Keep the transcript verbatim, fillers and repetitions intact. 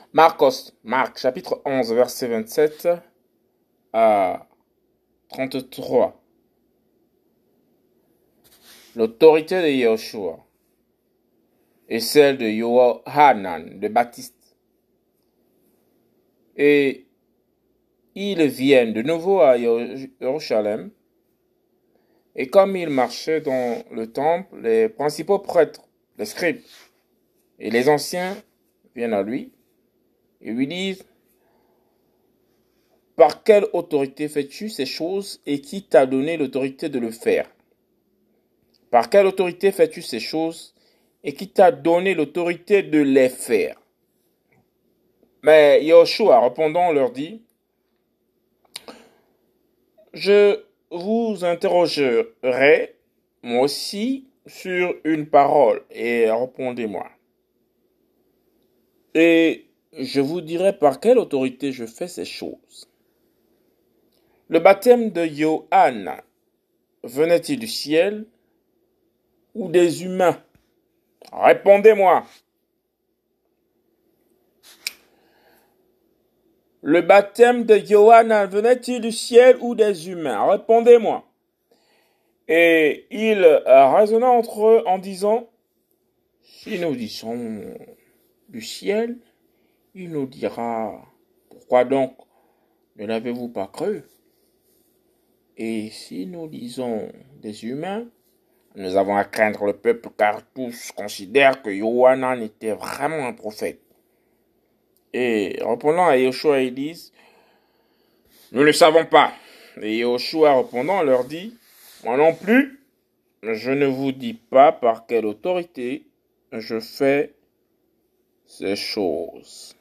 Marcos, Marc, chapitre onze, verset vingt-sept à trente-trois. L'autorité de Yahushua et celle de Yohanan, de Baptiste. Et ils viennent de nouveau à Jérusalem. Et comme ils marchaient dans le temple, les principaux prêtres, les scribes et les anciens viennent à lui et lui disent: par quelle autorité fais-tu ces choses et qui t'a donné l'autorité de le faire? Par quelle autorité fais-tu ces choses et qui t'a donné l'autorité de les faire? Mais Yahushua répondant leur dit: je vous interrogerai moi aussi sur une parole et répondez-moi. Et je vous dirai par quelle autorité je fais ces choses. Le baptême de Yohann venait-il du ciel ou des humains? Répondez-moi. Le baptême de Yohann venait-il du ciel ou des humains? Répondez-moi. Et ils raisonna entre eux en disant: si nous disons du ciel, il nous dira: pourquoi donc ne l'avez-vous pas cru? Et si nous disons des humains, nous avons à craindre le peuple, car tous considèrent que Yohann était vraiment un prophète. Et répondant à Yahushua, ils disent: nous ne savons pas. Et Yahushua répondant leur dit: moi non plus, je ne vous dis pas par quelle autorité je fais ces choses.